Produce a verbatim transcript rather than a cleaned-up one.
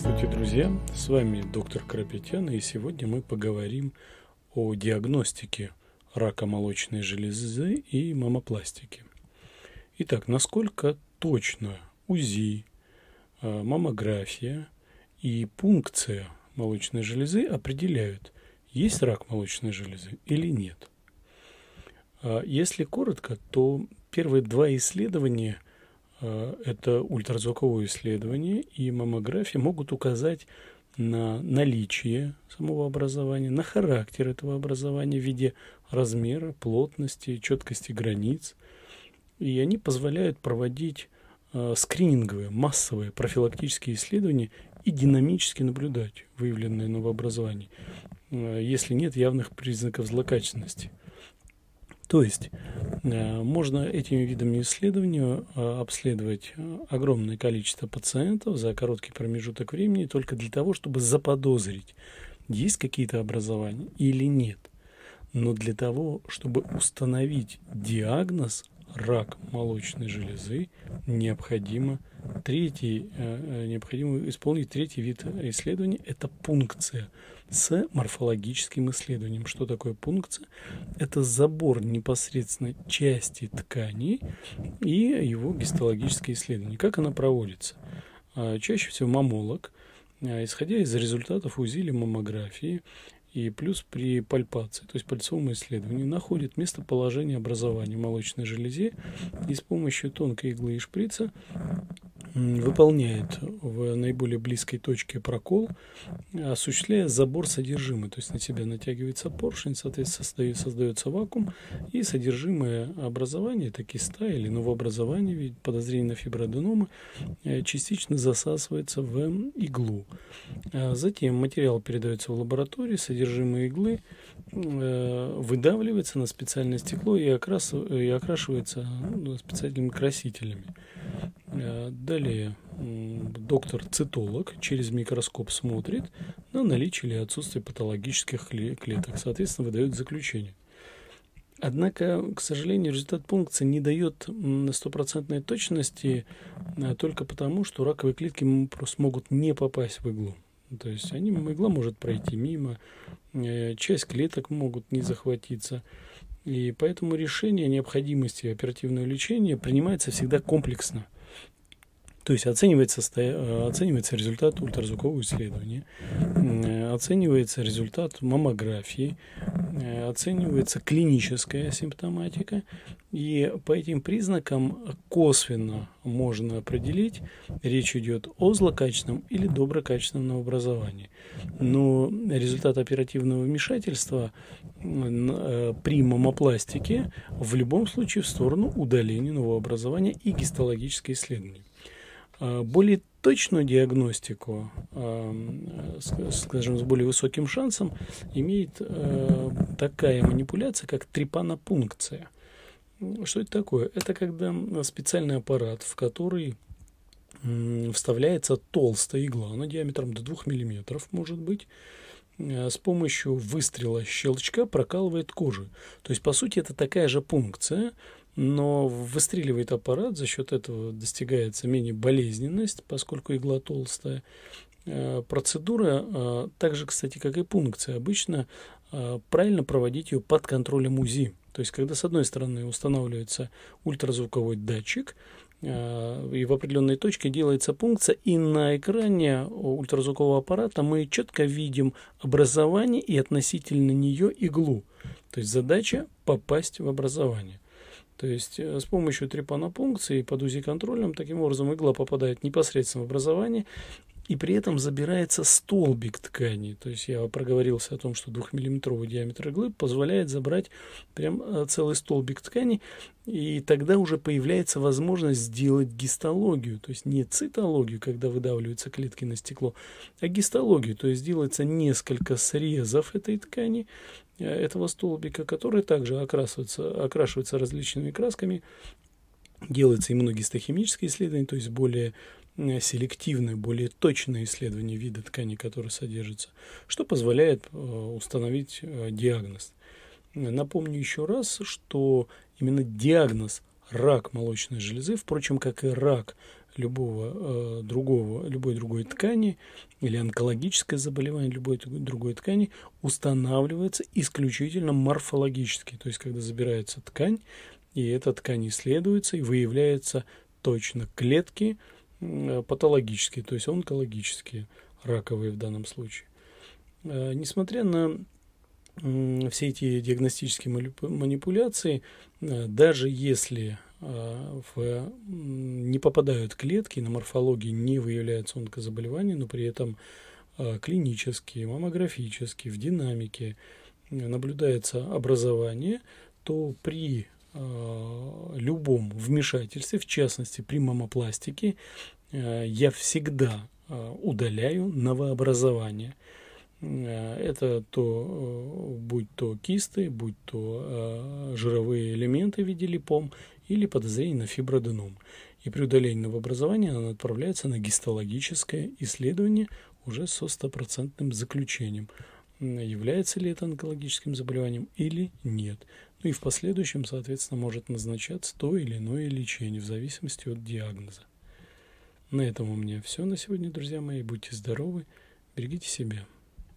Здравствуйте, друзья! С вами доктор Карапетян, и сегодня мы поговорим о диагностике рака молочной железы и маммопластики. Итак, насколько точно УЗИ, маммография и пункция молочной железы определяют, есть рак молочной железы или нет? Если коротко, то первые два исследования – это ультразвуковое исследование и маммография могут указать на наличие самого образования, на характер этого образования в виде размера, плотности, четкости границ. И они позволяют проводить скрининговые, массовые профилактические исследования и динамически наблюдать выявленное новообразование, если нет явных признаков злокачественности. То есть можно этими видами исследования обследовать огромное количество пациентов за короткий промежуток времени только для того, чтобы заподозрить, есть какие-то образования или нет. Но для того, чтобы установить диагноз рак молочной железы, необходимо, третий, необходимо исполнить третий вид исследования – это пункция с морфологическим исследованием. Что такое пункция? Это забор непосредственно части тканей и его гистологическое исследование. Как оно проводится? Чаще всего маммолог, исходя из результатов УЗИ или маммографии, и плюс при пальпации, то есть пальцовом исследовании, находит местоположение образования в молочной железе и с помощью тонкой иглы и шприца выполняет в наиболее близкой точке прокол, осуществляя забор содержимого. То есть на себя натягивается поршень, соответственно, создается, создается вакуум, и содержимое образования, это киста или новообразование, ведь подозрение на фиброаденомы, частично засасывается в иглу. Затем материал передается в лабораторию, содержимое иглы выдавливается на специальное стекло и, окрас, и окрашивается специальными красителями. Далее доктор-цитолог через микроскоп смотрит на наличие или отсутствие патологических клеток, соответственно, выдает заключение. Однако, к сожалению, результат пункции не дает стопроцентной точности только потому, что раковые клетки просто могут не попасть в иглу. То есть они, игла может пройти мимо, часть клеток могут не захватиться. И поэтому решение о необходимости оперативного лечения принимается всегда комплексно. То есть оценивается, оценивается результат ультразвукового исследования, оценивается результат маммографии, оценивается клиническая симптоматика, и по этим признакам косвенно можно определить, речь идет о злокачественном или доброкачественном новообразовании. Но результат оперативного вмешательства при маммопластике в любом случае в сторону удаления новообразования и гистологическое исследование. Более точную диагностику, скажем, с более высоким шансом, имеет такая манипуляция, как трепанопункция. Что это такое? Это когда специальный аппарат, в который вставляется толстая игла, она диаметром до двух миллиметров может быть, с помощью выстрела щелчка прокалывает кожу. То есть, по сути, это такая же пункция, но выстреливает аппарат, за счет этого достигается менее болезненность, поскольку игла толстая. Процедура, так же, кстати, как и пункция, обычно правильно проводить ее под контролем УЗИ. То есть, когда с одной стороны устанавливается ультразвуковой датчик, и в определенной точке делается пункция, и на экране ультразвукового аппарата мы четко видим образование и относительно нее иглу. То есть задача попасть в образование. То есть с помощью трепанопункции под УЗИ-контролем таким образом игла попадает непосредственно в образование, и при этом забирается столбик ткани. То есть я проговорился о том, что двухмиллиметровый диаметр иглы позволяет забрать прям целый столбик ткани, и тогда уже появляется возможность сделать гистологию, то есть не цитологию, когда выдавливаются клетки на стекло, а гистологию, то есть делается несколько срезов этой ткани, этого столбика, который также окрашивается, окрашивается различными красками, делается иммуногистохимическое исследование, то есть более селективное, более точное исследование вида ткани, которые содержатся, что позволяет установить диагноз. Напомню еще раз, что именно диагноз рак молочной железы, впрочем, как и рак любого э, другого, любой другой ткани или онкологическое заболевание любой другой ткани устанавливается исключительно морфологически. То есть, когда забирается ткань, и эта ткань исследуется, и выявляется точно клетки э, патологические, то есть онкологические, раковые в данном случае. Э, несмотря на э, все эти диагностические манипуляции, э, даже если В, не попадают клетки, на морфологии не выявляются онкозаболевания, но при этом клинически, маммографически, в динамике наблюдается образование, то при любом вмешательстве, в частности при маммопластике, я всегда удаляю новообразование. Это то, будь то кисты, будь то жировые элементы в виде липом, или подозрение на фиброаденом. И при удалении новообразования она отправляется на гистологическое исследование уже со стопроцентным заключением, является ли это онкологическим заболеванием или нет. Ну и в последующем, соответственно, может назначаться то или иное лечение в зависимости от диагноза. На этом у меня все на сегодня, друзья мои. Будьте здоровы, берегите себя.